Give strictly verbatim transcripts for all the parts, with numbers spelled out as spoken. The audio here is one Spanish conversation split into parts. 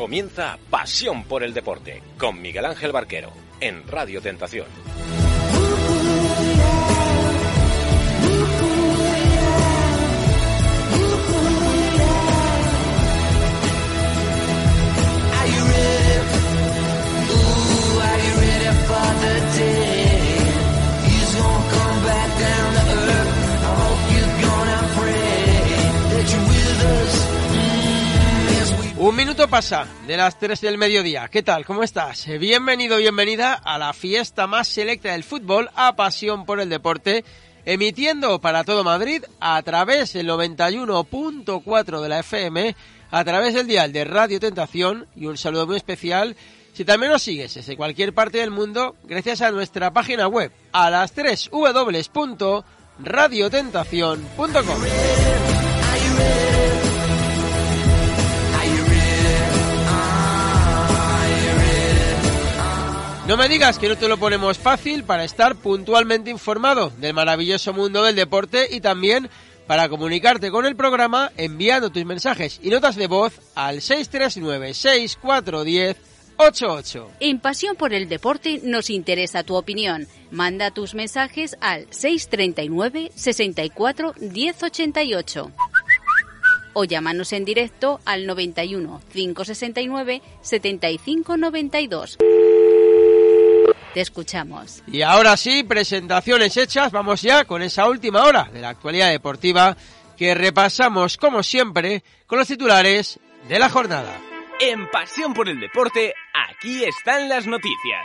Comienza Pasión por el Deporte con Miguel Ángel Barquero en Radio Tentación. Un minuto pasa de las tres del mediodía. ¿Qué tal? ¿Cómo estás? Bienvenido, bienvenida a la fiesta más selecta del fútbol, a Pasión por el Deporte, emitiendo para todo Madrid a través del noventa y uno punto cuatro de la F M, a través del dial de Radio Tentación, y un saludo muy especial si también nos sigues desde cualquier parte del mundo gracias a nuestra página web, a las tres w punto radio tentación punto com. No me digas que no te lo ponemos fácil para estar puntualmente informado del maravilloso mundo del deporte y también para comunicarte con el programa enviando tus mensajes y notas de voz al seis tres nueve, seis cuatro uno cero, ocho ocho. En Pasión por el Deporte nos interesa tu opinión. Manda tus mensajes al seis tres nueve, seis cuatro, uno cero ocho ocho. O llámanos en directo al noventa y uno, cinco sesenta y nueve, setenta y cinco noventa y dos. Te escuchamos. Y ahora sí, presentaciones hechas, vamos ya con esa última hora de la actualidad deportiva que repasamos, como siempre, con los titulares de la jornada. En Pasión por el Deporte, aquí están las noticias.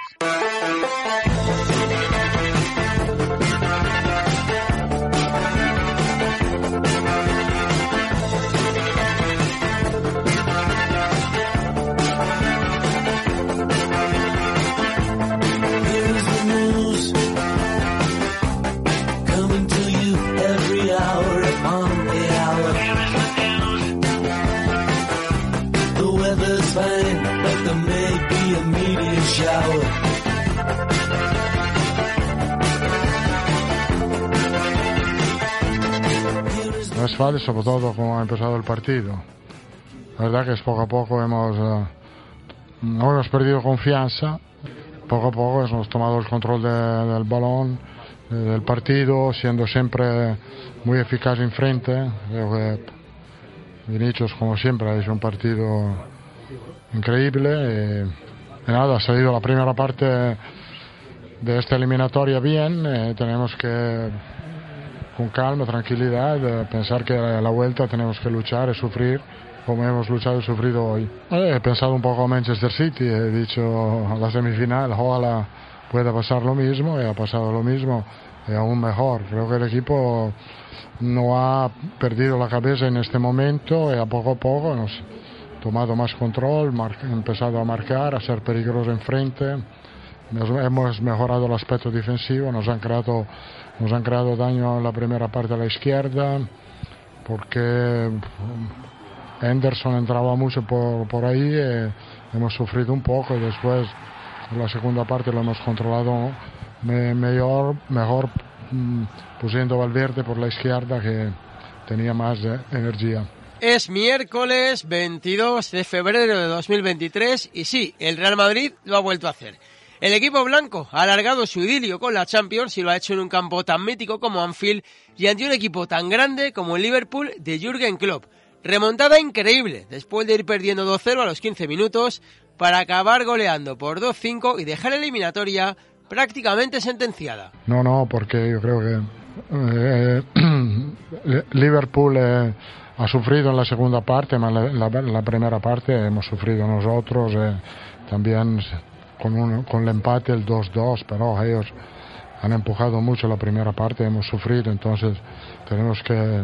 No es fácil, sobre todo como ha empezado el partido. La verdad que es poco a poco hemos uh, no hemos perdido confianza. Poco a poco hemos tomado el control de, del balón, de, del partido, siendo siempre muy eficaz en frente. Creo que Vinicius, como siempre, ha hecho un partido increíble. Y, y nada, ha salido la primera parte de esta eliminatoria bien. Eh, tenemos que, con calma, tranquilidad, pensar que a la vuelta tenemos que luchar y sufrir como hemos luchado y sufrido hoy. He pensado un poco en Manchester City, he dicho a la semifinal, ojalá pueda pasar lo mismo, y ha pasado lo mismo, y aún mejor. Creo que el equipo no ha perdido la cabeza en este momento, y a poco a poco hemos tomado más control, mar- empezado a marcar, a ser peligrosos enfrente. Nos hemos mejorado el aspecto defensivo, nos han creado, nos han creado daño en la primera parte a la izquierda, porque Henderson entraba mucho por, por ahí, eh, hemos sufrido un poco, y después en la segunda parte lo hemos controlado me, mejor, mejor mm, pusiendo Valverde por la izquierda, que tenía más eh, energía. Es miércoles veintidós de febrero de dos mil veintitrés y sí, el Real Madrid lo ha vuelto a hacer. El equipo blanco ha alargado su idilio con la Champions y lo ha hecho en un campo tan mítico como Anfield y ante un equipo tan grande como el Liverpool de Jürgen Klopp. Remontada increíble, después de ir perdiendo dos cero a los quince minutos, para acabar goleando por dos cinco y dejar la eliminatoria prácticamente sentenciada. No, no, porque yo creo que eh, Liverpool eh, ha sufrido en la segunda parte, pero en la, la, la primera parte hemos sufrido nosotros, eh, también con, un, con el empate, el dos dos, pero ellos han empujado mucho la primera parte, hemos sufrido, entonces tenemos que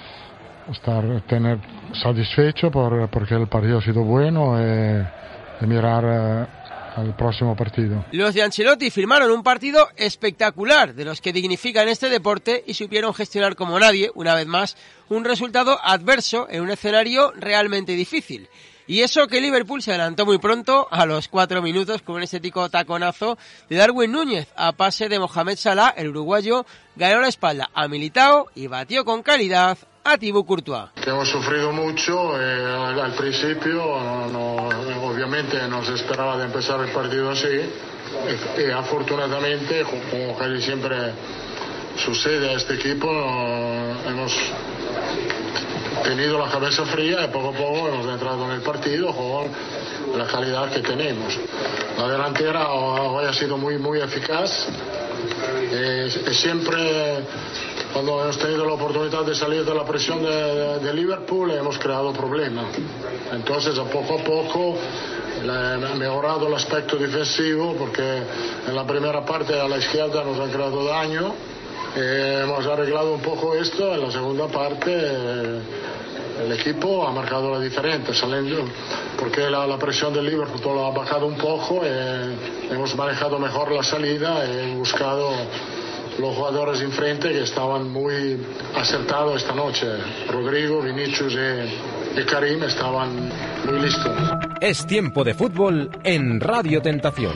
estar tener satisfecho por, porque el partido ha sido bueno, eh, y mirar eh, al próximo partido. Los de Ancelotti firmaron un partido espectacular, de los que dignifican este deporte, y supieron gestionar como nadie, una vez más, un resultado adverso en un escenario realmente difícil. Y eso que Liverpool se adelantó muy pronto, a los cuatro minutos, con un estético taconazo de Darwin Núñez a pase de Mohamed Salah, el uruguayo ganó la espalda a Militao y batió con calidad a Thibaut Courtois. Que hemos sufrido mucho eh, al, al principio, no, no, obviamente no se esperaba de empezar el partido así y, y afortunadamente, como casi siempre sucede a este equipo, no, hemos tenido la cabeza fría y poco a poco hemos entrado en el partido con la calidad que tenemos. La delantera hoy ha sido muy, muy eficaz. Eh, siempre cuando hemos tenido la oportunidad de salir de la presión de, de, de Liverpool hemos creado problemas. Entonces, a poco a poco ha mejorado el aspecto defensivo, porque en la primera parte a la izquierda nos han creado daño. Eh, hemos arreglado un poco esto. En la segunda parte eh, el equipo ha marcado la diferencia, saliendo, porque la, la presión del Liverpool ha bajado un poco. Eh, hemos manejado mejor la salida y buscado los jugadores enfrente que estaban muy acertados esta noche. Rodrigo, Vinicius y, y Karim estaban muy listos. Es tiempo de fútbol en Radio Tentación.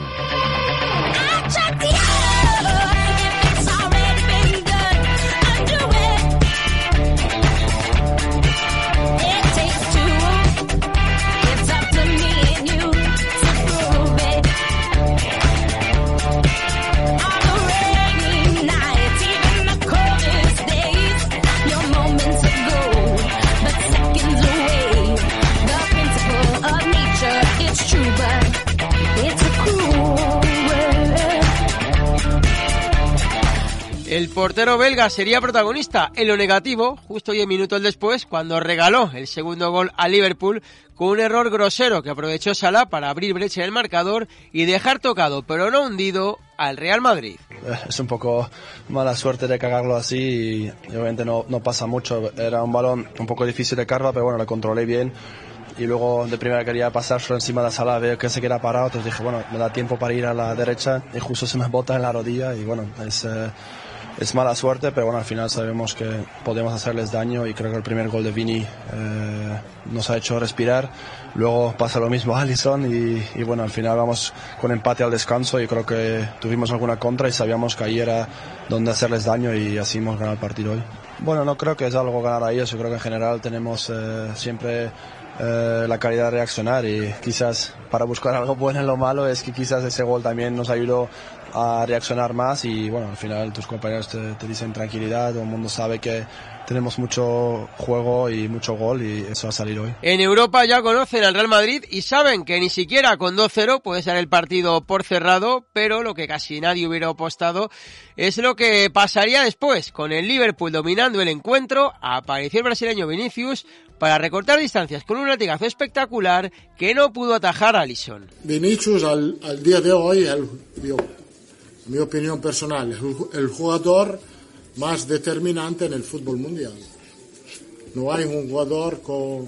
El portero belga sería protagonista en lo negativo justo diez minutos después, cuando regaló el segundo gol a Liverpool con un error grosero que aprovechó Salah para abrir brecha en el marcador y dejar tocado, pero no hundido, al Real Madrid. Es un poco mala suerte de cagarlo así y, y obviamente no, no pasa mucho. Era un balón un poco difícil de carga, pero bueno, lo controlé bien. Y luego de primera quería pasar por encima de Salah, veo que se queda parado, entonces dije, bueno, me da tiempo para ir a la derecha y justo se me bota en la rodilla y bueno, es... Eh, Es mala suerte, pero bueno, al final sabemos que podemos hacerles daño y creo que el primer gol de Vini eh, nos ha hecho respirar. Luego pasa lo mismo a Alisson y, y bueno, al final vamos con empate al descanso y creo que tuvimos alguna contra y sabíamos que ahí era donde hacerles daño y así hemos ganado el partido hoy. Bueno, no creo que es algo ganar a ellos, yo creo que en general tenemos eh, siempre eh, la calidad de reaccionar y quizás para buscar algo bueno en lo malo es que quizás ese gol también nos ayudó a reaccionar más y bueno, al final tus compañeros te, te dicen tranquilidad, todo el mundo sabe que tenemos mucho juego y mucho gol y eso va a salir hoy. En Europa ya conocen al Real Madrid y saben que ni siquiera con dos cero puede ser el partido por cerrado, pero lo que casi nadie hubiera apostado es lo que pasaría después, con el Liverpool dominando el encuentro. Apareció el brasileño Vinicius para recortar distancias con un latigazo espectacular que no pudo atajar a Alisson. Vinicius al, al día de hoy, el, yo, mi opinión personal, es el jugador más determinante en el fútbol mundial. No hay un jugador con,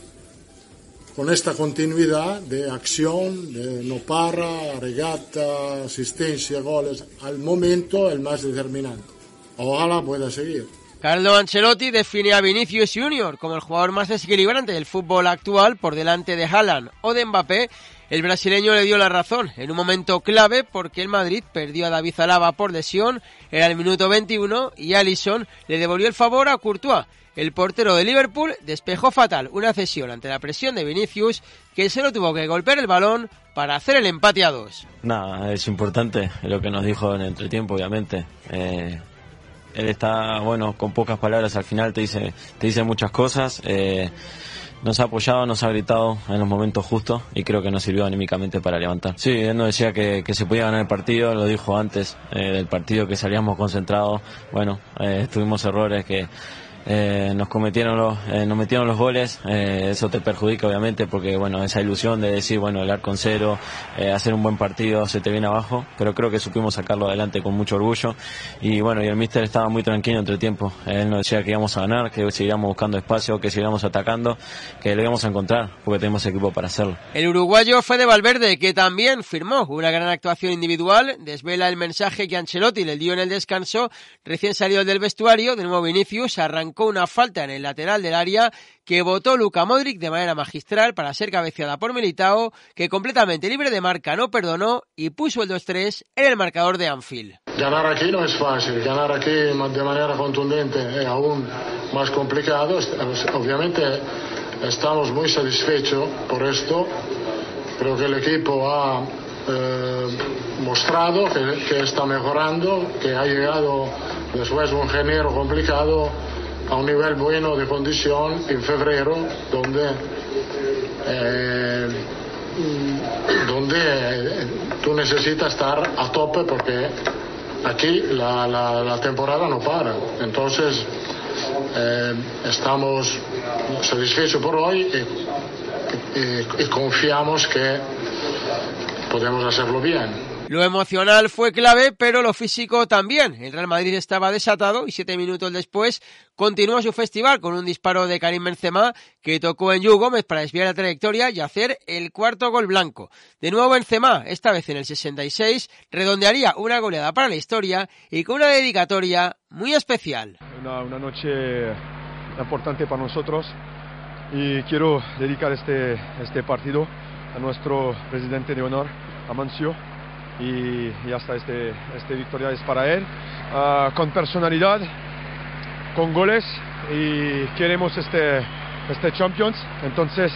con esta continuidad de acción, de no para, regata, asistencia, goles. Al momento el más determinante. Ojalá pueda seguir. Carlo Ancelotti define a Vinicius Junior como el jugador más desequilibrante del fútbol actual, por delante de Haaland o de Mbappé. El brasileño le dio la razón en un momento clave porque el Madrid perdió a David Alaba por lesión, era el minuto veintiuno y Alisson le devolvió el favor a Courtois. El portero de Liverpool despejó fatal una cesión ante la presión de Vinicius, que solo tuvo que golpear el balón para hacer el empate a dos. Nada, es importante lo que nos dijo en el entretiempo, obviamente. Eh, él está, bueno, con pocas palabras al final te dice, te dice muchas cosas. Eh, Nos ha apoyado, nos ha gritado en los momentos justos y creo que nos sirvió anímicamente para levantar. Sí, él nos decía que, que se podía ganar el partido, lo dijo antes eh, del partido, que salíamos concentrados. Bueno, eh, tuvimos errores que eh, nos cometieron los, eh, nos metieron los goles, eh, eso te perjudica obviamente porque bueno, esa ilusión de decir bueno, el arco en cero, eh, hacer un buen partido se te viene abajo, pero creo que supimos sacarlo adelante con mucho orgullo y bueno, y el míster estaba muy tranquilo entre el tiempo, él nos decía que íbamos a ganar, que seguiríamos buscando espacio, que seguiríamos atacando, que lo íbamos a encontrar porque tenemos equipo para hacerlo. El uruguayo Fede Valverde, que también firmó una gran actuación individual, desvela el mensaje que Ancelotti le dio en el descanso, recién salido del vestuario. De nuevo Vinicius arrancó una falta en el lateral del área que botó Luka Modric de manera magistral para ser cabeceada por Militao, que completamente libre de marca no perdonó y puso el dos tres en el marcador de Anfield. Ganar aquí no es fácil, ganar aquí de manera contundente es aún más complicado. Obviamente estamos muy satisfechos por esto. Creo que el equipo ha eh, mostrado que, que está mejorando, que ha llegado después de un enero complicado a un nivel bueno de condición en febrero, donde eh, donde tú necesitas estar a tope, porque aquí la, la, la temporada no para. Entonces eh, estamos satisfechos por hoy y, y, y confiamos que podemos hacerlo bien. Lo emocional fue clave, pero lo físico también. El Real Madrid estaba desatado y siete minutos después continuó su festival con un disparo de Karim Benzema que tocó en Yu Gómez para desviar la trayectoria y hacer el cuarto gol blanco. De nuevo Benzema, esta vez en el sesenta y seis, redondearía una goleada para la historia y con una dedicatoria muy especial. Una, una noche importante para nosotros y quiero dedicar este, este partido a nuestro presidente de honor, Amancio. Y ya está, este, este victoria es para él, uh, con personalidad, con goles, y queremos este, este Champions. Entonces,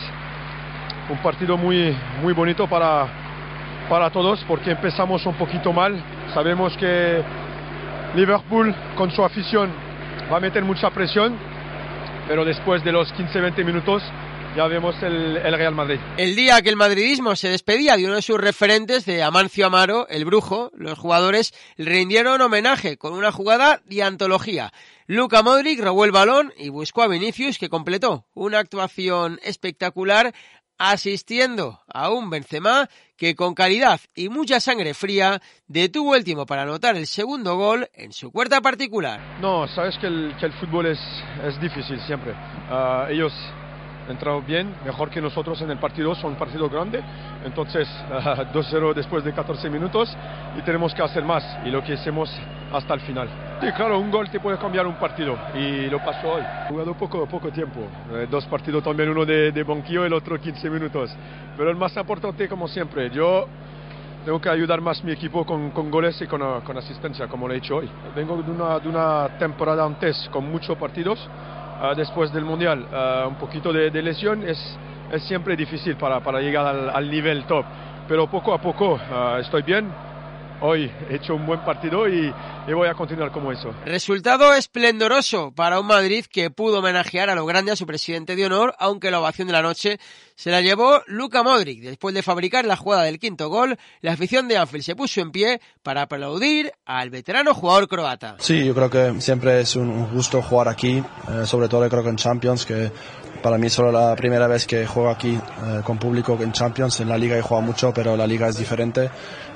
un partido muy, muy bonito para, para todos, porque empezamos un poquito mal. Sabemos que Liverpool con su afición va a meter mucha presión, pero después de los quince a veinte minutos ya vemos el, el Real Madrid. El día que el madridismo se despedía de uno de sus referentes, de Amancio Amaro, el Brujo, los jugadores le rindieron homenaje con una jugada de antología. Luka Modric robó el balón y buscó a Vinicius, que completó una actuación espectacular, asistiendo a un Benzema que con calidad y mucha sangre fría detuvo el tiempo para anotar el segundo gol en su cuarta particular. No, sabes que el, que el fútbol es, es difícil siempre. Uh, ellos entrado bien, mejor que nosotros en el partido, son un partido grande, entonces uh, dos cero después de catorce minutos y tenemos que hacer más, y lo que hacemos hasta el final. Sí, claro, un gol te puede cambiar un partido y lo pasó hoy. He jugado poco, poco tiempo, eh, dos partidos también, uno de, de banquillo y el otro quince minutos, pero el más importante, como siempre, yo tengo que ayudar más a mi equipo con, con goles y con, con asistencia, como lo he hecho hoy. Vengo de una, de una temporada antes con muchos partidos. Uh, después del Mundial, uh, un poquito de, de lesión es, es siempre difícil para, para llegar al, al nivel top, pero poco a poco uh, estoy bien. Hoy he hecho un buen partido y, y voy a continuar como eso. Resultado esplendoroso para un Madrid que pudo homenajear a lo grande a su presidente de honor, aunque la ovación de la noche se la llevó Luka Modric. Después de fabricar la jugada del quinto gol, la afición de Anfield se puso en pie para aplaudir al veterano jugador croata. Sí, yo creo que siempre es un gusto jugar aquí, eh, sobre todo creo que en Champions, que para mí solo la primera vez que juego aquí eh, con público en Champions. En la Liga he jugado mucho, pero la Liga es diferente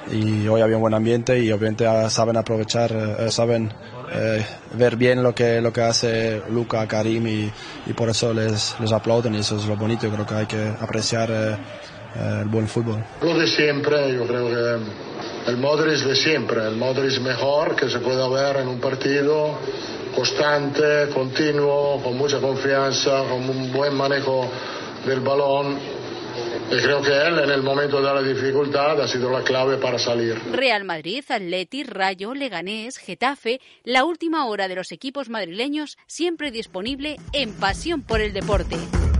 y hoy había un buen ambiente y obviamente saben aprovechar, eh, saben eh, ver bien lo que lo que hace Luka, Karim y, y por eso les, les aplauden, y eso es lo bonito. Yo creo que hay que apreciar eh, eh, el buen fútbol. Lo de siempre, yo creo que el Modric de siempre, el Modric mejor que se pueda ver en un partido, constante, continuo, con mucha confianza, con un buen manejo del balón. Y creo que él, en el momento de la dificultad, ha sido la clave para salir. Real Madrid, Atleti, Rayo, Leganés, Getafe, la última hora de los equipos madrileños, siempre disponible en Pasión por el Deporte.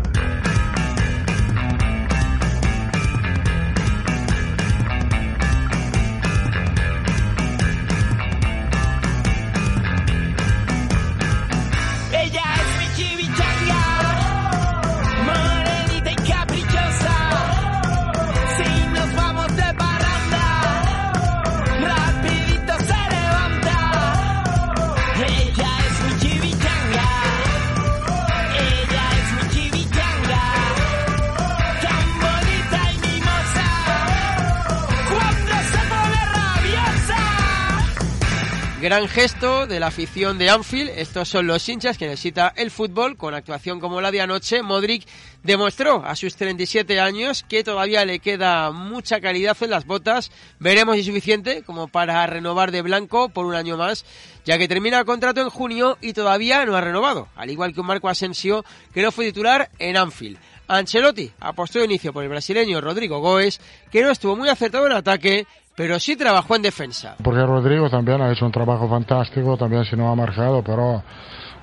Gran gesto de la afición de Anfield. Estos son los hinchas que necesita el fútbol. Con actuación como la de anoche, Modric demostró a sus treinta y siete años que todavía le queda mucha calidad en las botas. Veremos si es suficiente como para renovar de blanco por un año más, ya que termina el contrato en junio y todavía no ha renovado, al igual que un Marco Asensio que no fue titular en Anfield. Ancelotti apostó de inicio por el brasileño Rodrigo Goes, que no estuvo muy acertado en ataque, pero sí trabajó en defensa. Porque Rodrigo también ha hecho un trabajo fantástico, también si no ha marcado, pero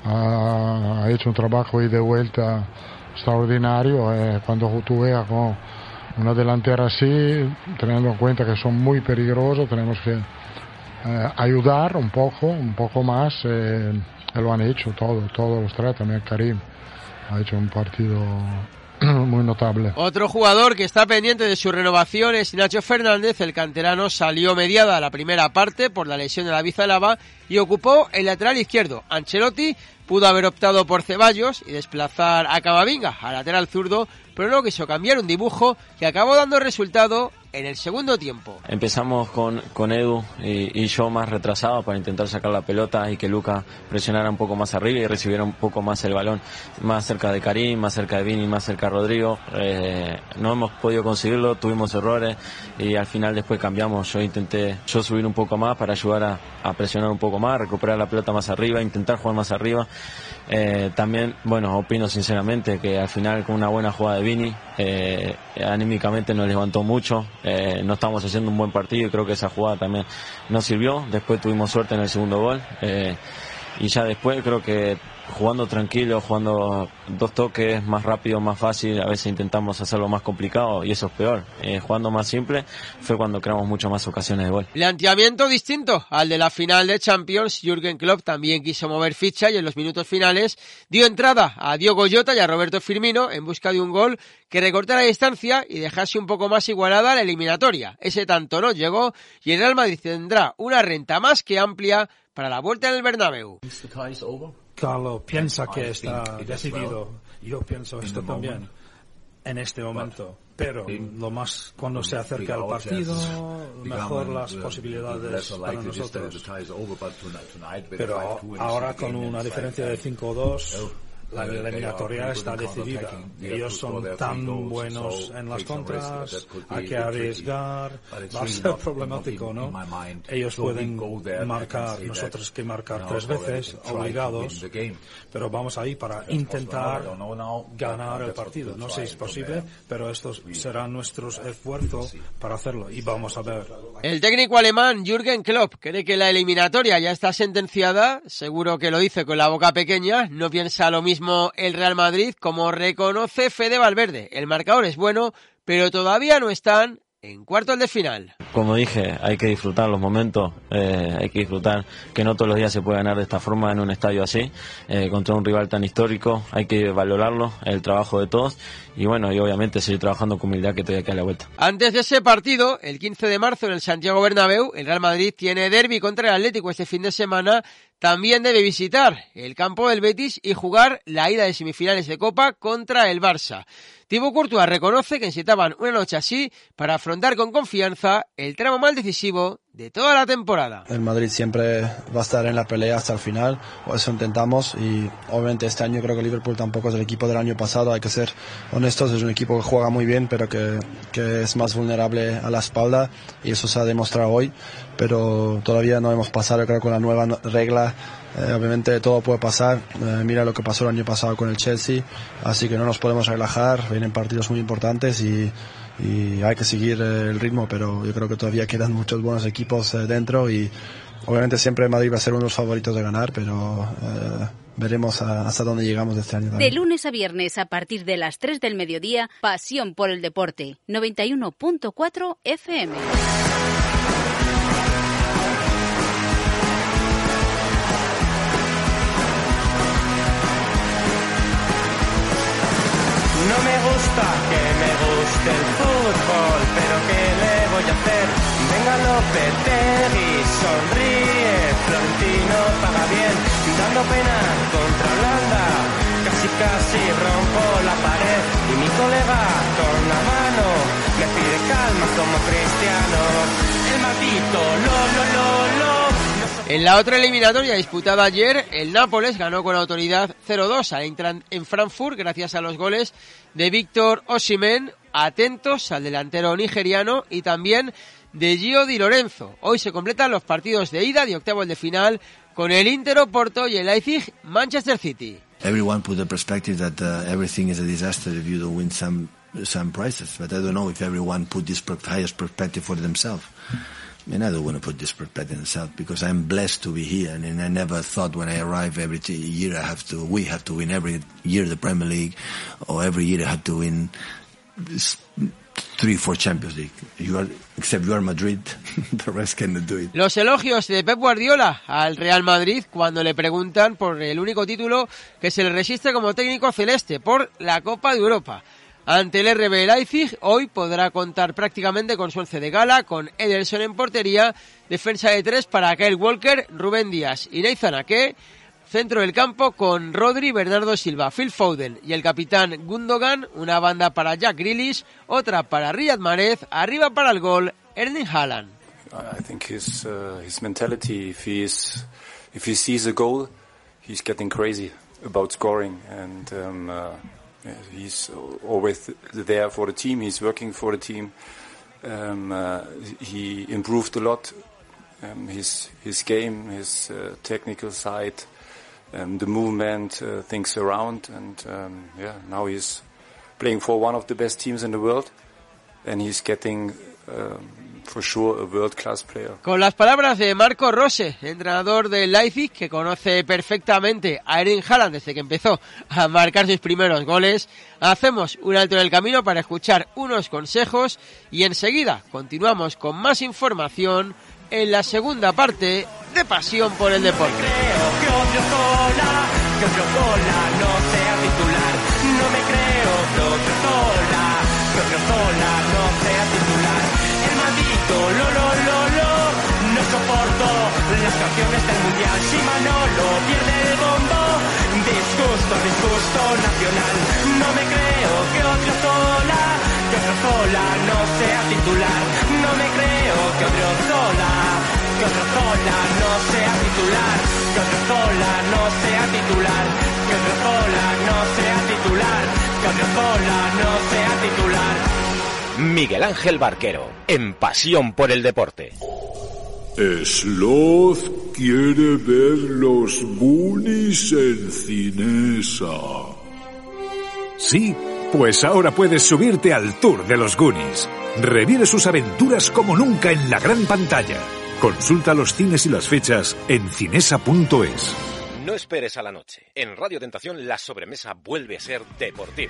ha, ha hecho un trabajo y de vuelta extraordinario. Eh, cuando tú veas con una delantera así, teniendo en cuenta que son muy peligrosos, tenemos que eh, ayudar un poco, un poco más. Eh, lo han hecho todo, todos los tres, también Karim ha hecho un partido muy notable. Otro jugador que está pendiente de su renovación es Nacho Fernández. El canterano salió mediada la primera parte por la lesión de David Alaba y ocupó el lateral izquierdo. Ancelotti pudo haber optado por Ceballos y desplazar a Camavinga al lateral zurdo, pero no quiso cambiar un dibujo que acabó dando resultado en el segundo tiempo. Empezamos con, con Edu y, y yo más retrasado para intentar sacar la pelota y que Luka presionara un poco más arriba y recibiera un poco más el balón, más cerca de Karim, más cerca de Vini, más cerca de Rodrigo. Eh, no hemos podido conseguirlo, tuvimos errores y al final después cambiamos. Yo intenté yo subir un poco más para ayudar a, a presionar un poco más, recuperar la pelota más arriba, intentar jugar más arriba. Eh, también, bueno, opino sinceramente que al final con una buena jugada de Vini, eh, anímicamente nos levantó mucho, eh, no estamos haciendo un buen partido y creo que esa jugada también nos sirvió. Después tuvimos suerte en el segundo gol, eh, y ya después creo que jugando tranquilo, jugando dos toques, más rápido, más fácil, a veces intentamos hacerlo más complicado y eso es peor. Eh, jugando más simple fue cuando creamos muchas más ocasiones de gol. Planteamiento distinto al de la final de Champions. Jürgen Klopp también quiso mover ficha y en los minutos finales dio entrada a Diogo Jota y a Roberto Firmino en busca de un gol que recortara la distancia y dejase un poco más igualada la eliminatoria. Ese tanto no llegó y el Real Madrid tendrá una renta más que amplia para la vuelta en el Bernabéu. Carlos piensa que está decidido. Yo pienso esto también en este momento. Pero lo más cuando se acerca al partido, mejor las posibilidades para nosotros. Pero ahora con una diferencia de cinco dos, la eliminatoria está decidida. Ellos son tan buenos en las contras, hay que arriesgar, va a ser problemático, ¿no? Ellos pueden marcar, nosotros que marcar tres veces, obligados, pero vamos ahí para intentar ganar el partido. No sé si es posible, pero estos serán nuestros esfuerzos para hacerlo y vamos a ver. El técnico alemán Jürgen Klopp cree que la eliminatoria ya está sentenciada, seguro que lo dice con la boca pequeña, no piensa lo mismo el Real Madrid, como reconoce Fede Valverde. El marcador es bueno, pero todavía no están en cuartos de final. Como dije, hay que disfrutar los momentos, eh, hay que disfrutar que no todos los días se puede ganar de esta forma en un estadio así, eh, contra un rival tan histórico, hay que valorarlo, el trabajo de todos y bueno, y obviamente seguir trabajando con humildad que todavía queda a la vuelta. Antes de ese partido, el quince de marzo en el Santiago Bernabéu, el Real Madrid tiene derbi contra el Atlético este fin de semana. También debe visitar el campo del Betis y jugar la ida de semifinales de Copa contra el Barça. Thibaut Courtois reconoce que necesitaban una noche así para afrontar con confianza el tramo más decisivo de toda la temporada. El Madrid siempre va a estar en la pelea hasta el final, o eso intentamos, y obviamente este año creo que Liverpool tampoco es el equipo del año pasado, hay que ser honestos, es un equipo que juega muy bien, pero que, que es más vulnerable a la espalda, y eso se ha demostrado hoy, pero todavía no hemos pasado, yo creo, con la nueva regla. Eh, obviamente todo puede pasar, eh, mira lo que pasó el año pasado con el Chelsea, así que no nos podemos relajar, vienen partidos muy importantes y, y hay que seguir eh, el ritmo, pero yo creo que todavía quedan muchos buenos equipos eh, dentro y obviamente siempre Madrid va a ser uno de los favoritos de ganar, pero eh, veremos a, hasta dónde llegamos este año también. De lunes a viernes a partir de las tres del mediodía, Pasión por el Deporte, noventa y uno punto cuatro F M. No me gusta que me guste el fútbol, pero ¿qué le voy a hacer? Venga Lopetegui, sonríe, Florentino paga bien, dando pena contra Holanda, casi casi rompo la pared, y mi colega con la mano me pide calma como Cristiano, el maldito lo lo lo lo. En la otra eliminatoria disputada ayer, el Nápoles ganó con autoridad cero dos al Eintracht en Frankfurt gracias a los goles de Víctor Osimhen, atentos al delantero nigeriano, y también de Gio Di Lorenzo. Hoy se completan los partidos de ida de octavos de final con el Inter Oporto y el Leipzig Manchester City. Everyone put the perspective that uh, everything is a disaster if you don't win some some prizes, but I don't know if everyone put this highest perspective for themselves. And I don't want to put disrespect in itself because I'm blessed to be here, and, and I never thought when I arrive every t- year I have to, we have to win every year the Premier League, or every year I have to win this three, four Champions League. You are, except you are Madrid, the rest cannot do it. Los elogios de Pep Guardiola al Real Madrid cuando le preguntan por el único título que se le resiste como técnico celeste, por la Copa de Europa. Ante el R B Leipzig, hoy podrá contar prácticamente con su once de gala, con Ederson en portería, defensa de tres para Kyle Walker, Rubén Díaz y Nathan Ake, centro del campo con Rodri, Bernardo Silva, Phil Foden y el capitán Gundogan, una banda para Jack Grealish, otra para Riyad Mahrez, arriba para el gol Erling Haaland. I think his uh, his mentality, if he is, if he sees a goal, he's getting crazy about scoring, and um, uh, he's always there for the team. He's working for the team. Um, uh, he improved a lot. Um, his his game, his uh, technical side, um, the movement, uh, things around, and um, yeah, now he's playing for one of the best teams in the world, and he's getting um, for sure a world-class player. Con las palabras de Marco Rose, entrenador del Leipzig, que conoce perfectamente a Erling Haaland desde que empezó a marcar sus primeros goles, hacemos un alto en el camino para escuchar unos consejos y enseguida continuamos con más información en la segunda parte de Pasión por el Deporte. Creo que Odriozola, que Odriozola no sea titular. No me creo que Odriozola, que Odriozola no sea titular. El maldito lo lo lo lo, no soporto las canciones del mundial. Si Manolo pierde el bombo, disgusto, disgusto nacional. No me creo que Odriozola, que Odriozola no sea titular. No me creo que Odriozola, que Odriozola no sea titular, que Odriozola no sea titular, que Odriozola no sea titular, que Odriozola no sea titular. Miguel Ángel Barquero, en Pasión por el Deporte. Sloth quiere ver los Goonies en Cinesa. Sí, pues ahora puedes subirte al tour de los Goonies. Revive sus aventuras como nunca en la gran pantalla. Consulta los cines y las fechas en cinesa punto es. No esperes a la noche. En Radio Tentación la sobremesa vuelve a ser deportiva.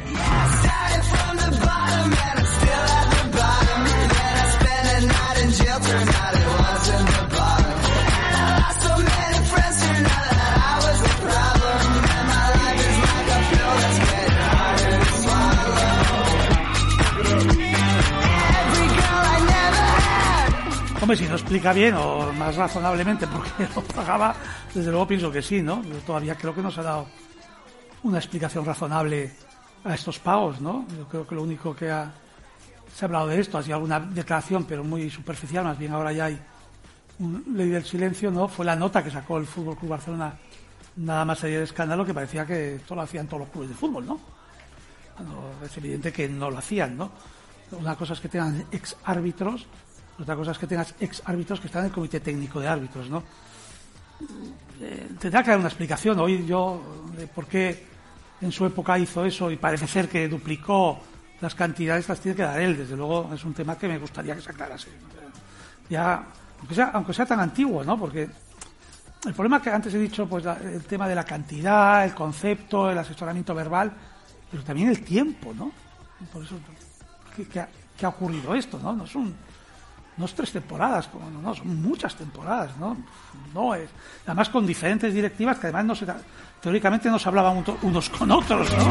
Hombre, si no explica bien o más razonablemente por qué lo pagaba, desde luego pienso que sí, ¿no? Yo todavía creo que no se ha dado una explicación razonable a estos pagos, ¿no? Yo creo que lo único que ha, se ha hablado de esto, ha sido alguna declaración, pero muy superficial, más bien ahora ya hay un ley del silencio, ¿no? Fue la nota que sacó el F C Barcelona, nada más sería de escándalo, que parecía que esto lo hacían todos los clubes de fútbol, ¿no? Bueno, es evidente que no lo hacían, ¿no? Una cosa es que tengan ex árbitros, otra cosa es que tengas ex árbitros que están en el comité técnico de árbitros, ¿no? Eh, tendrá que dar una explicación hoy yo de por qué en su época hizo eso y parece ser que duplicó las cantidades, las tiene que dar él. Desde luego es un tema que me gustaría que se aclarase. Ya, aunque sea, aunque sea tan antiguo, ¿no? Porque el problema que antes he dicho, pues la, el tema de la cantidad, el concepto, el asesoramiento verbal, pero también el tiempo, ¿no? Por eso, ¿qué, qué, ha, qué ha ocurrido esto, no? No es un No es tres temporadas, como no, no, son muchas temporadas, ¿no? No es. Además con diferentes directivas que además no se, teóricamente no se hablaban unos con otros, ¿no?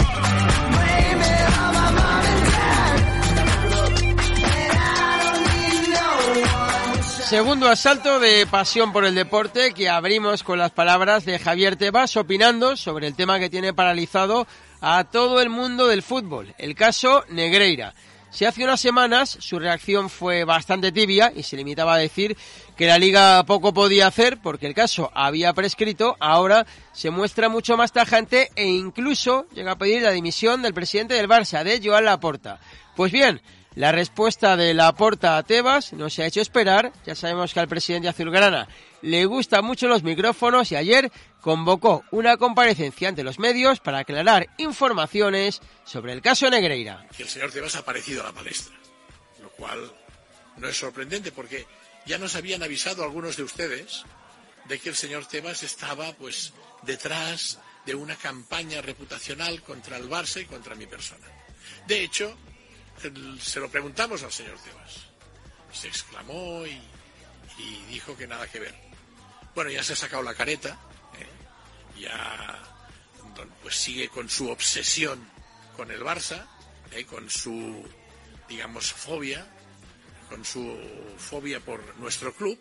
Segundo asalto de Pasión por el Deporte, que abrimos con las palabras de Javier Tebas opinando sobre el tema que tiene paralizado a todo el mundo del fútbol, el caso Negreira. Si hace unas semanas su reacción fue bastante tibia y se limitaba a decir que la Liga poco podía hacer porque el caso había prescrito, ahora se muestra mucho más tajante e incluso llega a pedir la dimisión del presidente del Barça, de Joan Laporta. Pues bien, la respuesta de Laporta a Tebas no se ha hecho esperar. Ya sabemos que al presidente azulgrana le gustan mucho los micrófonos y ayer convocó una comparecencia ante los medios para aclarar informaciones sobre el caso Negreira. El señor Tebas ha aparecido a la palestra, lo cual no es sorprendente porque ya nos habían avisado algunos de ustedes de que el señor Tebas estaba pues detrás de una campaña reputacional contra el Barça y contra mi persona. De hecho, el, se lo preguntamos al señor Tebas. Se exclamó y, y dijo que nada que ver. Bueno, ya se ha sacado la careta, ¿eh? Ya pues sigue con su obsesión con el Barça, ¿eh? Con su, digamos, fobia, con su fobia por nuestro club.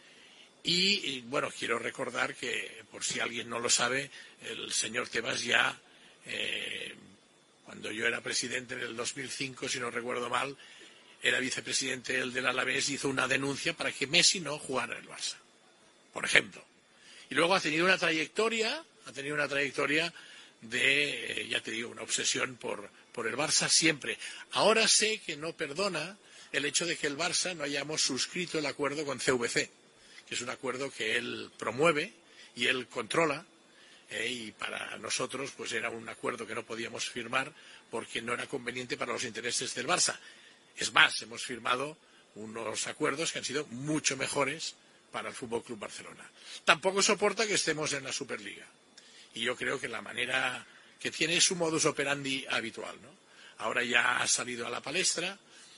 Y, y bueno, quiero recordar que, por si alguien no lo sabe, el señor Tebas ya, eh, cuando yo era presidente en el dos mil cinco, si no recuerdo mal, era vicepresidente el del Alavés, hizo una denuncia para que Messi no jugara en el Barça, por ejemplo. Y luego ha tenido una trayectoria, ha tenido una trayectoria de, eh, ya te digo, una obsesión por, por el Barça siempre. Ahora sé que no perdona el hecho de que el Barça no hayamos suscrito el acuerdo con C V C, que es un acuerdo que él promueve y él controla, eh, y para nosotros pues era un acuerdo que no podíamos firmar porque no era conveniente para los intereses del Barça. Es más, hemos firmado unos acuerdos que han sido mucho mejores para el F C Barcelona. Tampoco soporta que estemos en la Superliga. Y yo creo que la manera que tiene es su modus operandi habitual, ¿no? Ahora ya ha salido a la palestra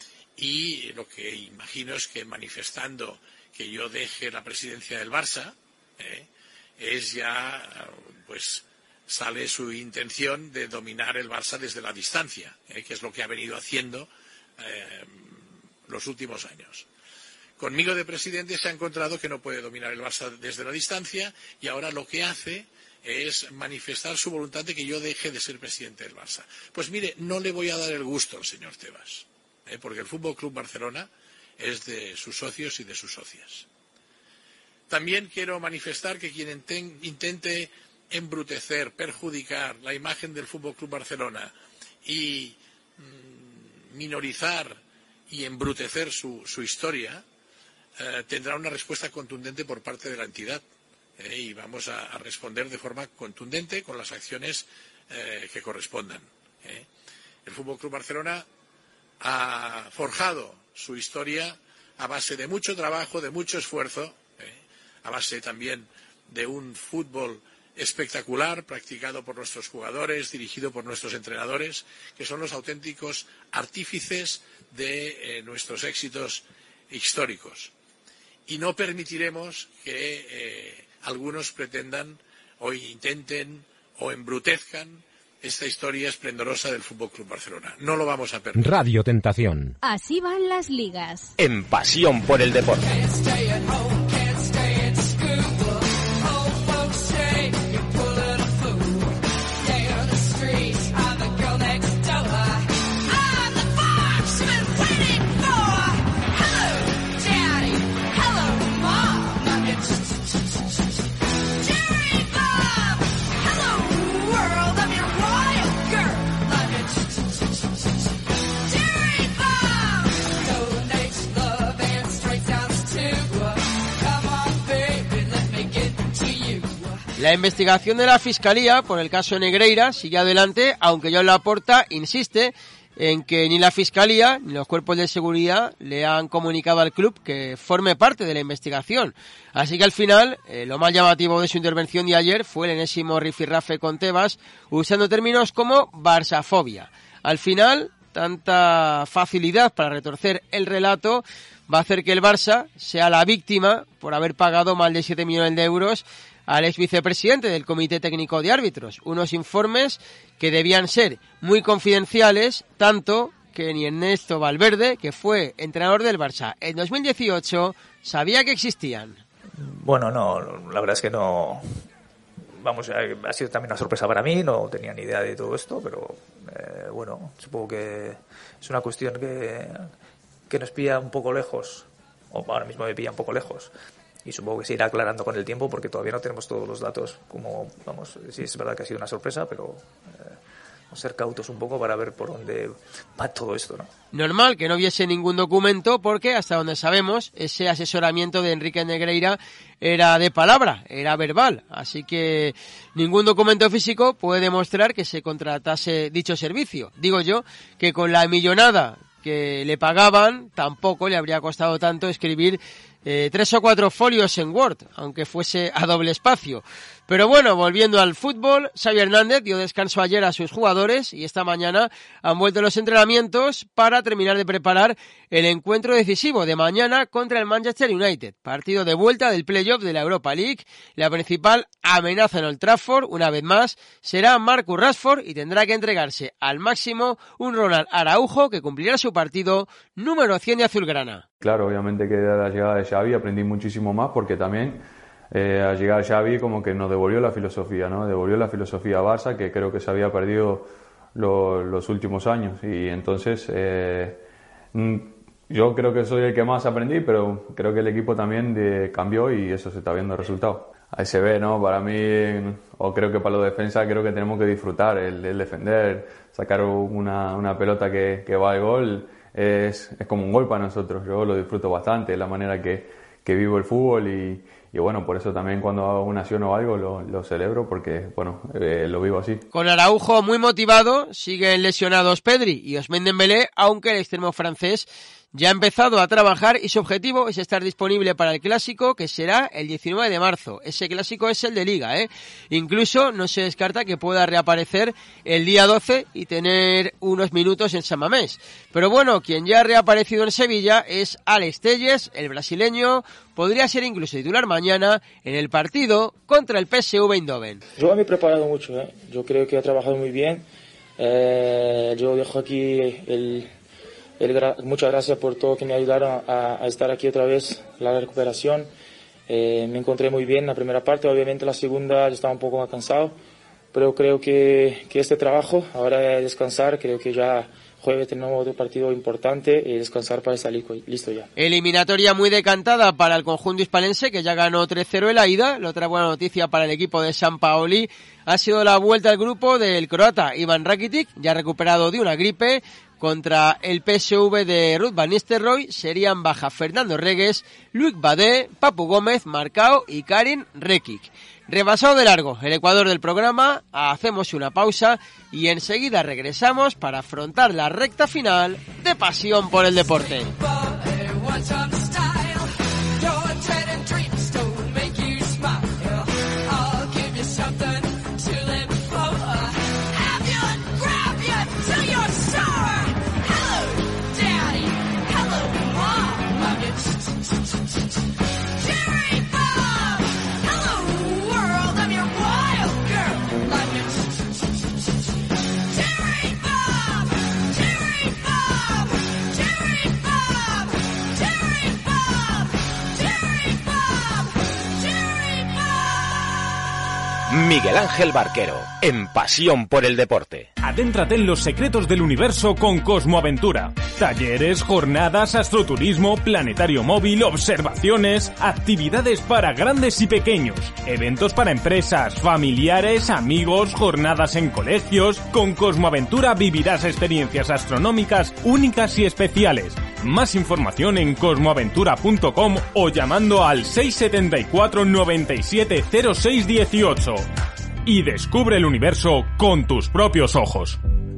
y lo que imagino es que manifestando que yo deje la presidencia del Barça, ¿eh? es ya, pues, sale su intención de dominar el Barça desde la distancia, ¿eh? que es lo que ha venido haciendo eh, los últimos años. Conmigo de presidente se ha encontrado que no puede dominar el Barça desde la distancia y ahora lo que hace es manifestar su voluntad de que yo deje de ser presidente del Barça. Pues mire, no le voy a dar el gusto al señor Tebas, ¿eh? porque el F C Barcelona es de sus socios y de sus socias. También quiero manifestar que quien intente embrutecer, perjudicar la imagen del F C Barcelona y mm, minorizar y embrutecer su, su historia, eh, tendrá una respuesta contundente por parte de la entidad. Eh, y vamos a, a responder de forma contundente con las acciones eh, que correspondan. Eh. El F C Barcelona ha forjado su historia a base de mucho trabajo, de mucho esfuerzo, eh, a base también de un fútbol espectacular practicado por nuestros jugadores, dirigido por nuestros entrenadores, que son los auténticos artífices de eh, nuestros éxitos históricos. Y no permitiremos que eh, algunos pretendan o intenten o embrutezcan esta historia esplendorosa del F C Barcelona. No lo vamos a permitir. Radio Tentación. Así van las ligas. En Pasión por el Deporte. La investigación de la Fiscalía por el caso Negreira sigue adelante, aunque Joan Laporta insiste en que ni la Fiscalía ni los cuerpos de seguridad le han comunicado al club que forme parte de la investigación. Así que al final, eh, lo más llamativo de su intervención de ayer fue el enésimo rifirrafe con Tebas, usando términos como barsafobia. Al final, tanta facilidad para retorcer el relato va a hacer que el Barça sea la víctima por haber pagado más de siete millones de euros al ex vicepresidente del Comité Técnico de Árbitros. Unos informes que debían ser muy confidenciales, tanto que ni Ernesto Valverde, que fue entrenador del Barça en dos mil dieciocho, sabía que existían. Bueno, no, la verdad es que no. Vamos, ha sido también una sorpresa para mí, no tenía ni idea de todo esto, pero eh, bueno, supongo que es una cuestión que, que nos pilla un poco lejos, o ahora mismo me pilla un poco lejos. Y supongo que se irá aclarando con el tiempo porque todavía no tenemos todos los datos. Como, vamos, sí es verdad que ha sido una sorpresa, pero eh, vamos a ser cautos un poco para ver por dónde va todo esto, ¿no? Normal que no hubiese ningún documento porque, hasta donde sabemos, ese asesoramiento de Enrique Negreira era de palabra, era verbal. Así que ningún documento físico puede demostrar que se contratase dicho servicio. Digo yo que con la millonada que le pagaban tampoco le habría costado tanto escribir eh, tres o cuatro folios en Word, aunque fuese a doble espacio. Pero bueno, volviendo al fútbol, Xavi Hernández dio descanso ayer a sus jugadores y esta mañana han vuelto los entrenamientos para terminar de preparar el encuentro decisivo de mañana contra el Manchester United, partido de vuelta del playoff de la Europa League. La principal amenaza en Old Trafford, una vez más, será Marcus Rashford y tendrá que entregarse al máximo un Ronald Araujo que cumplirá su partido número cien de azulgrana. Claro, obviamente que de la llegada de Xavi aprendí muchísimo más porque también eh, al llegar Xavi como que nos devolvió la filosofía, ¿no? Devolvió la filosofía a Barça que creo que se había perdido lo, los últimos años y entonces eh, yo creo que soy el que más aprendí, pero creo que el equipo también de, cambió y eso se está viendo el resultado. Ahí se ve, ¿no? Para mí, o creo que para los defensas, creo que tenemos que disfrutar el, el defender, sacar una, una pelota que, que va al gol, es, es como un gol para nosotros. Yo lo disfruto bastante, es la manera que, que vivo el fútbol y, y bueno, por eso también cuando hago una acción o algo lo, lo celebro porque, bueno, eh, lo vivo así. Con Araujo muy motivado, siguen lesionados Pedri y Ousmane Dembélé, aunque el extremo francés ya ha empezado a trabajar y su objetivo es estar disponible para el Clásico, que será el diecinueve de marzo. Ese Clásico es el de Liga, ¿eh? Incluso no se descarta que pueda reaparecer el día doce y tener unos minutos en San Mamés. Pero bueno, quien ya ha reaparecido en Sevilla es Alex Telles, el brasileño. Podría ser incluso titular mañana en el partido contra el P S V Eindhoven. Yo me he preparado mucho, ¿eh? Yo creo que he trabajado muy bien. Eh, yo dejo aquí el... El gra- muchas gracias por todo que me ayudaron a, a estar aquí otra vez, la recuperación. Eh, me encontré muy bien en la primera parte, obviamente la segunda yo estaba un poco más cansado, pero creo que, que este trabajo, ahora es descansar, creo que ya jueves tenemos otro partido importante y descansar para salir listo ya. Eliminatoria muy decantada para el conjunto hispalense que ya ganó tres cero en la ida. La otra buena noticia para el equipo de Sampaoli ha sido la vuelta al grupo del croata Ivan Rakitic, ya recuperado de una gripe. Contra el P S V de Ruud van Nistelrooy serían baja Fernando Regues, Luc Badé, Papu Gómez, Marcao y Karin Rekic. Rebasado de largo el Ecuador del programa, hacemos una pausa y enseguida regresamos para afrontar la recta final de Pasión por el Deporte. Miguel Ángel Barquero, en Pasión por el Deporte. Adéntrate en los secretos del universo con Cosmo Aventura. Talleres, jornadas, astroturismo, planetario móvil, observaciones, actividades para grandes y pequeños, eventos para empresas, familiares, amigos, jornadas en colegios. Con Cosmo Aventura vivirás experiencias astronómicas únicas y especiales. Más información en cosmoaventura punto com o llamando al seis siete cuatro nueve siete cero seis uno ocho. Y descubre el universo con tus propios ojos.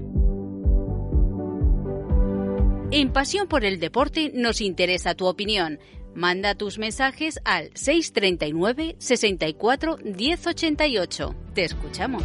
En Pasión por el Deporte nos interesa tu opinión. Manda tus mensajes al seis treinta y nueve, sesenta y cuatro, diez ochenta y ocho. Te escuchamos.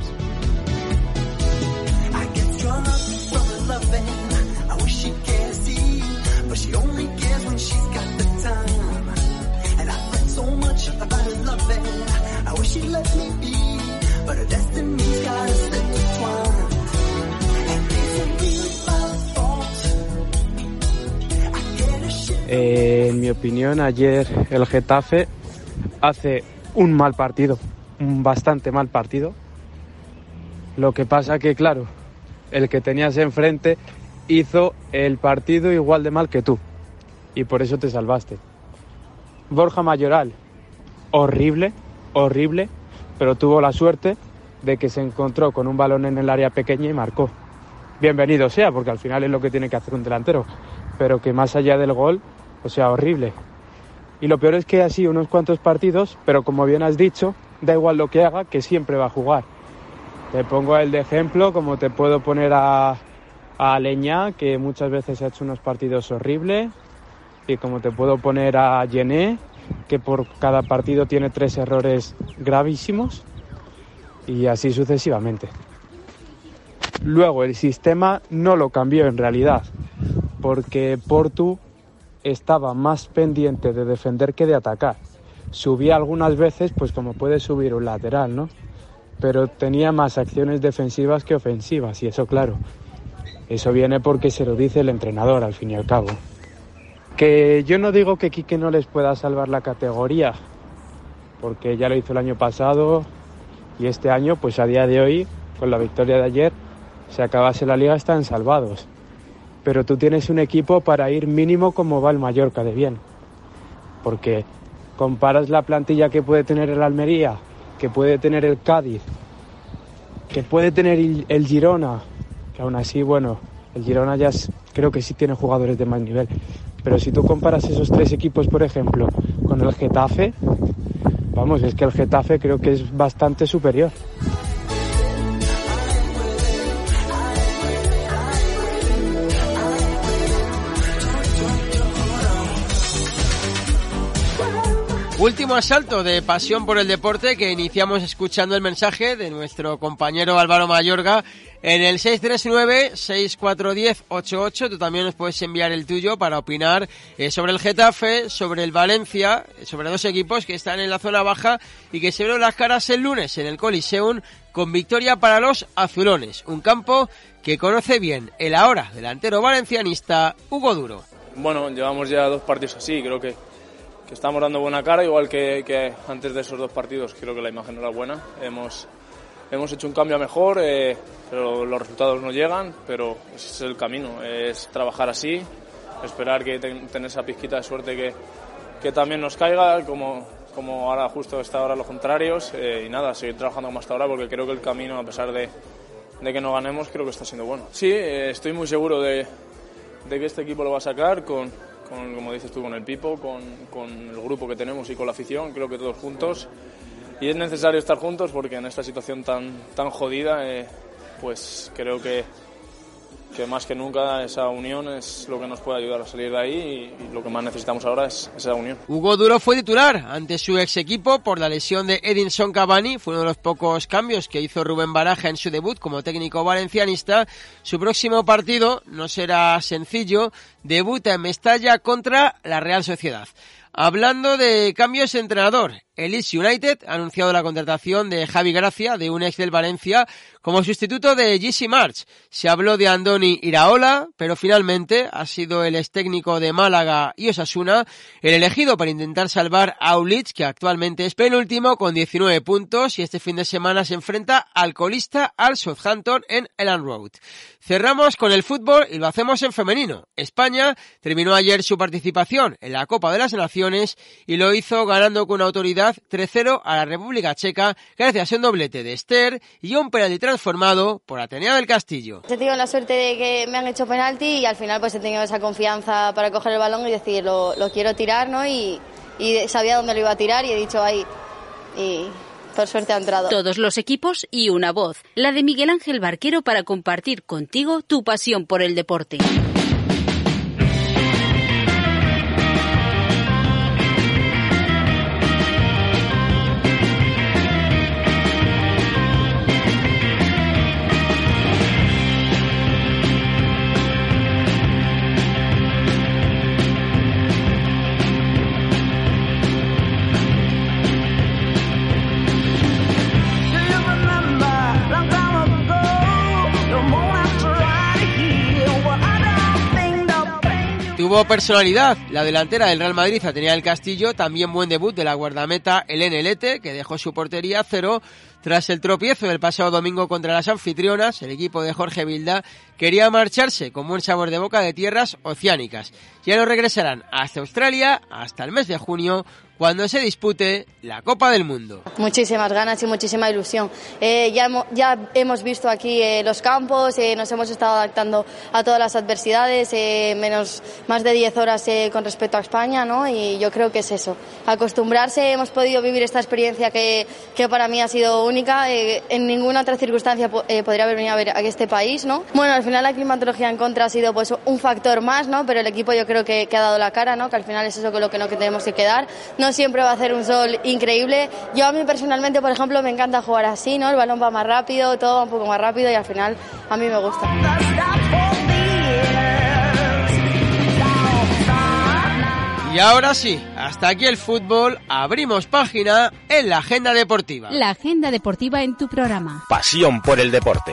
Eh, en mi opinión, ayer el Getafe hace un mal partido, un bastante mal partido. Lo que pasa que, claro, el que tenías enfrente hizo el partido igual de mal que tú y por eso te salvaste. Borja Mayoral, horrible, horrible, pero tuvo la suerte de que se encontró con un balón en el área pequeña y marcó. Bienvenido sea, porque al final es lo que tiene que hacer un delantero, pero que más allá del gol, o sea, horrible. Y lo peor es que así unos cuantos partidos, pero como bien has dicho, da igual lo que haga, que siempre va a jugar. Te pongo el de ejemplo, como te puedo poner a, a Leñá, que muchas veces ha hecho unos partidos horribles, y como te puedo poner a Yené, que por cada partido tiene tres errores gravísimos y así sucesivamente. Luego el sistema no lo cambió en realidad, porque Portu estaba más pendiente de defender que de atacar. Subía algunas veces, pues como puede subir un lateral, ¿no? Pero tenía más acciones defensivas que ofensivas, y eso, claro, eso viene porque se lo dice el entrenador, al fin y al cabo. Que yo no digo que Quique no les pueda salvar la categoría, porque ya lo hizo el año pasado, y este año, pues a día de hoy, con la victoria de ayer, si acabase la liga están salvados. Pero tú tienes un equipo para ir mínimo como va el Mallorca de bien. Porque comparas la plantilla que puede tener el Almería, que puede tener el Cádiz, que puede tener el Girona, que aún así, bueno, el Girona ya es, creo que sí tiene jugadores de más nivel. Pero si tú comparas esos tres equipos, por ejemplo, con el Getafe, vamos, es que el Getafe creo que es bastante superior. Último asalto de pasión por el deporte que iniciamos escuchando el mensaje de nuestro compañero Álvaro Mayorga en el seis tres nueve, seis cuatro uno cero, ocho ocho. Tú también nos puedes enviar el tuyo para opinar eh, sobre el Getafe, sobre el Valencia, sobre dos equipos que están en la zona baja y que se vieron las caras el lunes en el Coliseum con victoria para los azulones. Un campo que conoce bien el ahora delantero valencianista Hugo Duro. Bueno, llevamos ya dos partidos así, creo que que estamos dando buena cara, igual que, que antes de esos dos partidos. Creo que la imagen era buena, hemos, hemos hecho un cambio a mejor, eh, pero los resultados no llegan, pero ese es el camino, es trabajar así, esperar que ten, tener esa pizquita de suerte que, que también nos caiga, como, como ahora justo está ahora los contrarios, eh, y nada, seguir trabajando como hasta ahora, porque creo que el camino, a pesar de, de que no ganemos, creo que está siendo bueno. Sí, eh, estoy muy seguro de, de que este equipo lo va a sacar con... Con, como dices tú, con el Pipo, con, con el grupo que tenemos y con la afición, creo que todos juntos. Y es necesario estar juntos porque en esta situación tan, tan jodida, eh, pues creo que, que más que nunca esa unión es lo que nos puede ayudar a salir de ahí y, y lo que más necesitamos ahora es esa unión. Hugo Duro fue titular ante su ex equipo por la lesión de Edinson Cavani. Fue uno de los pocos cambios que hizo Rubén Baraja en su debut como técnico valencianista. Su próximo partido no será sencillo. Debuta en Mestalla contra la Real Sociedad. Hablando de cambios de entrenador, el Leeds United ha anunciado la contratación de Javi Gracia, de un ex del Valencia, como sustituto de Jesse Marsch. Se habló de Andoni Iraola, pero finalmente ha sido el ex técnico de Málaga y Osasuna el elegido para intentar salvar a un Leeds que actualmente es penúltimo con diecinueve puntos y este fin de semana se enfrenta al colista al Southampton en Elland Road. Cerramos con el fútbol y lo hacemos en femenino. España terminó ayer su participación en la Copa de las Naciones y lo hizo ganando con autoridad tres cero a la República Checa gracias a un doblete de Esther y un penalti transformado por Atenea del Castillo. He tenido la suerte de que me han hecho penalti y al final pues he tenido esa confianza para coger el balón y decir lo, lo quiero tirar, ¿no? Y, y sabía dónde lo iba a tirar y he dicho ahí y por suerte ha entrado. Todos los equipos y una voz, la de Miguel Ángel Barquero, para compartir contigo tu pasión por el deporte. Tuvo personalidad la delantera del Real Madrid, Atenea del Castillo, también buen debut de la guardameta Elena Lete, que dejó su portería a cero tras el tropiezo del pasado domingo contra las anfitrionas. El equipo de Jorge Vilda quería marcharse con buen sabor de boca de tierras oceánicas. Ya no regresarán hasta Australia hasta el mes de junio, cuando se dispute la Copa del Mundo. Muchísimas ganas y muchísima ilusión. Eh, ya, hemos, ya hemos visto aquí eh, los campos, eh, nos hemos estado adaptando a todas las adversidades, eh, menos más de diez horas eh, con respecto a España, ¿no? Y yo creo que es eso, acostumbrarse. Hemos podido vivir esta experiencia que, que para mí ha sido única. Eh, en ninguna otra circunstancia eh, podría haber venido a ver a este país, ¿no? Bueno, al final final la climatología en contra ha sido pues un factor más, ¿no? Pero el equipo yo creo que, que ha dado la cara, ¿no? Que al final es eso con lo que no que tenemos que quedar. No siempre va a hacer un sol increíble. Yo a mí personalmente, por ejemplo, me encanta jugar así, ¿no? El balón va más rápido, todo va un poco más rápido y al final a mí me gusta. Y ahora sí, hasta aquí el fútbol, abrimos página en la agenda deportiva. La agenda deportiva en tu programa. Pasión por el deporte.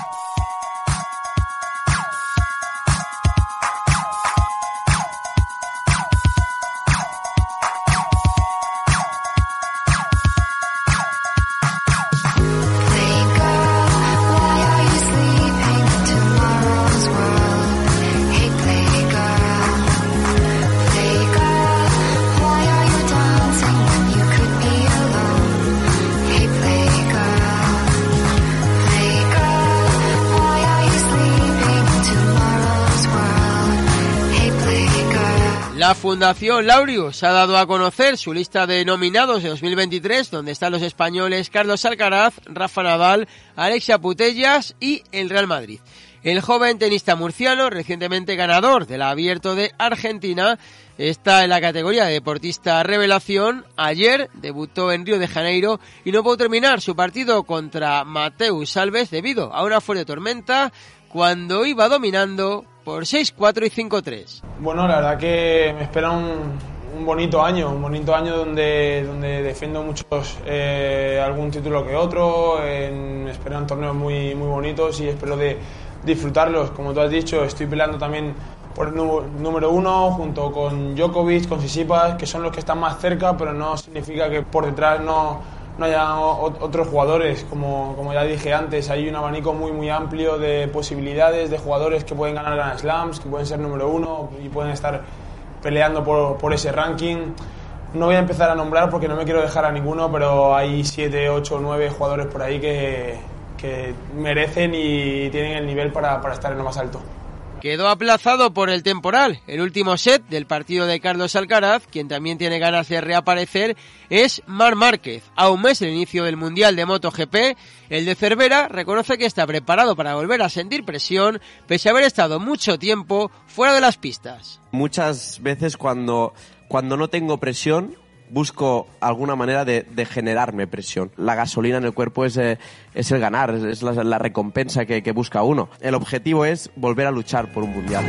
La Fundación Laureus ha dado a conocer su lista de nominados de dos mil veintitrés, donde están los españoles Carlos Alcaraz, Rafa Nadal, Alexia Putellas y el Real Madrid. El joven tenista murciano, recientemente ganador del Abierto de Argentina, está en la categoría de deportista revelación. Ayer debutó en Río de Janeiro y no pudo terminar su partido contra Mateus Alves debido a una fuerte tormenta cuando iba dominando por seis cuatro y cinco tres. Bueno, la verdad que me espera un, un bonito año, un bonito año donde, donde defiendo muchos, eh, algún título que otro, en, me esperan torneos muy, muy bonitos y espero de disfrutarlos. Como tú has dicho, estoy peleando también por el número uno junto con Djokovic, con Tsitsipas, que son los que están más cerca, pero no significa que por detrás no... no haya otros jugadores. Como, como ya dije antes, hay un abanico muy muy amplio de posibilidades de jugadores que pueden ganar Grand Slams, que pueden ser número uno y pueden estar peleando por, por ese ranking. No voy a empezar a nombrar porque no me quiero dejar a ninguno, pero hay siete, ocho, nueve jugadores por ahí que, que merecen y tienen el nivel para, para estar en lo más alto. Quedó aplazado por el temporal. El último set del partido de Carlos Alcaraz, quien también tiene ganas de reaparecer, es Marc Márquez. A un mes del inicio del Mundial de MotoGP, el de Cervera reconoce que está preparado para volver a sentir presión, pese a haber estado mucho tiempo fuera de las pistas. Muchas veces cuando, cuando no tengo presión, busco alguna manera de, de generarme presión. La gasolina en el cuerpo es, eh, es el ganar, es la, la recompensa que, que busca uno. El objetivo es volver a luchar por un mundial.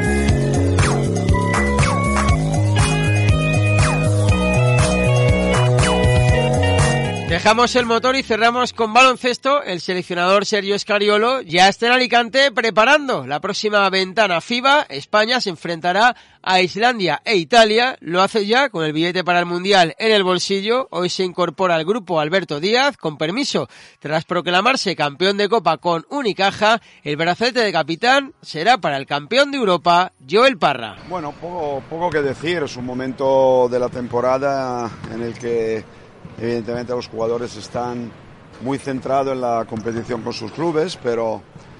Dejamos el motor y cerramos con baloncesto. El seleccionador Sergio Scariolo ya está en Alicante preparando la próxima ventana FIBA. España se enfrentará a Islandia e Italia. Lo hace ya con el billete para el Mundial en el bolsillo. Hoy se incorpora al grupo Alberto Díaz con permiso. Tras proclamarse campeón de Copa con Unicaja, el brazalete de capitán será para el campeón de Europa, Joel Parra. Bueno, poco, poco que decir. Es un momento de la temporada en el que evidentemente los jugadores están muy centrados en la competición con sus clubes, pero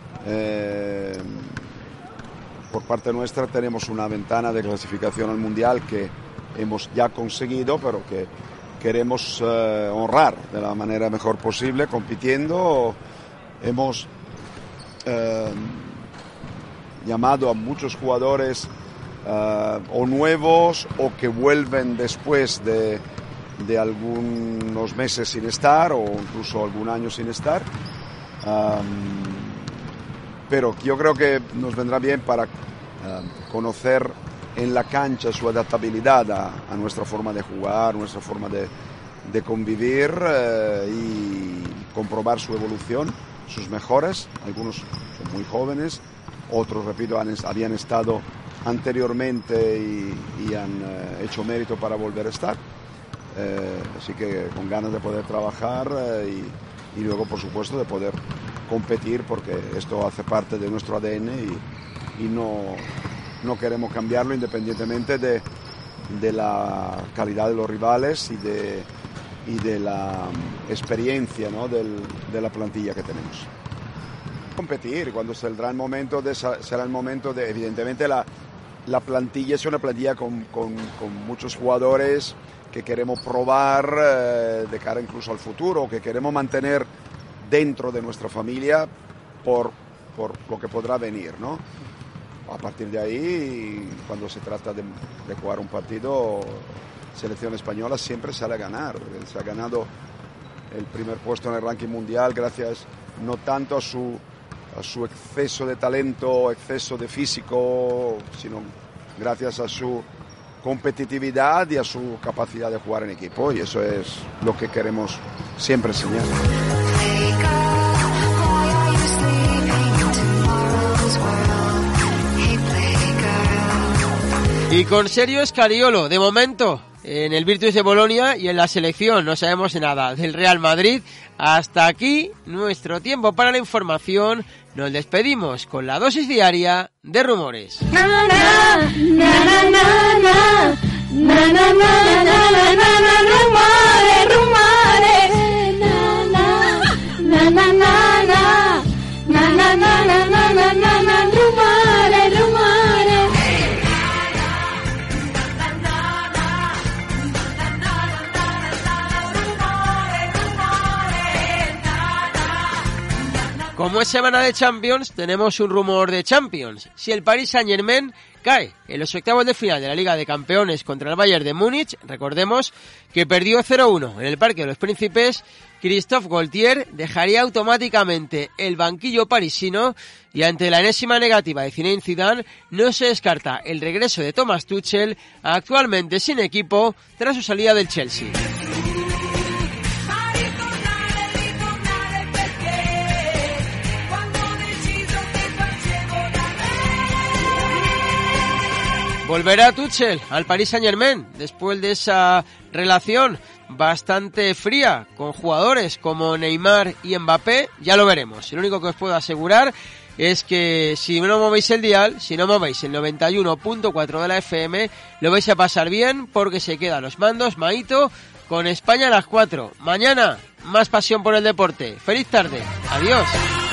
eh, por parte nuestra tenemos una ventana de clasificación al Mundial que hemos ya conseguido, pero que queremos eh, honrar de la manera mejor posible, compitiendo. Hemos eh, llamado a muchos jugadores eh, o nuevos o que vuelven después de de algunos meses sin estar o incluso algún año sin estar, um, pero yo creo que nos vendrá bien para uh, conocer en la cancha su adaptabilidad a, a nuestra forma de jugar, nuestra forma de, de convivir uh, y comprobar su evolución, sus mejoras. Algunos son muy jóvenes, otros, repito, han, habían estado anteriormente y, y han uh, hecho mérito para volver a estar. Eh, así que con ganas de poder trabajar eh, y, y luego por supuesto de poder competir, porque esto hace parte de nuestro A D N y, y no, no queremos cambiarlo independientemente de, de la calidad de los rivales y de, y de la experiencia, ¿no? Del, de la plantilla que tenemos. Competir, cuando saldrá el momento de, será el momento de, evidentemente la, la plantilla es una plantilla con, con, con muchos jugadores que queremos probar eh, de cara incluso al futuro, que queremos mantener dentro de nuestra familia por por lo que podrá venir, ¿no? A partir de ahí, cuando se trata de, de jugar un partido, selección española siempre sale a ganar. Se ha ganado el primer puesto en el ranking mundial gracias no tanto a su, a su exceso de talento, exceso de físico, sino gracias a su competitividad y a su capacidad de jugar en equipo, y eso es lo que queremos siempre enseñar. Y con Sergio Scariolo, de momento, en el Virtus de Bolonia y en la selección, no sabemos nada del Real Madrid. Hasta aquí nuestro tiempo para la información. Nos despedimos con la dosis diaria de rumores. Na, na, na, na, na, na, na, na, na, na, na, na, rumores, rumores. Na, na, na, na, na, na, na, na, na, na, na, na, rumores, rumores. Como es semana de Champions, tenemos un rumor de Champions. Si el Paris Saint-Germain cae en los octavos de final de la Liga de Campeones contra el Bayern de Múnich, recordemos que perdió cero uno en el Parque de los Príncipes, Christophe Gaultier dejaría automáticamente el banquillo parisino, y ante la enésima negativa de Zinedine Zidane no se descarta el regreso de Thomas Tuchel, actualmente sin equipo tras su salida del Chelsea. Volverá Tuchel al Paris Saint-Germain después de esa relación bastante fría con jugadores como Neymar y Mbappé. Ya lo veremos. Lo único que os puedo asegurar es que si no movéis el dial, si no movéis el noventa y uno punto cuatro de la F M, lo vais a pasar bien, porque se quedan los mandos Maito con España a las cuatro. Mañana, más pasión por el deporte. Feliz tarde. Adiós.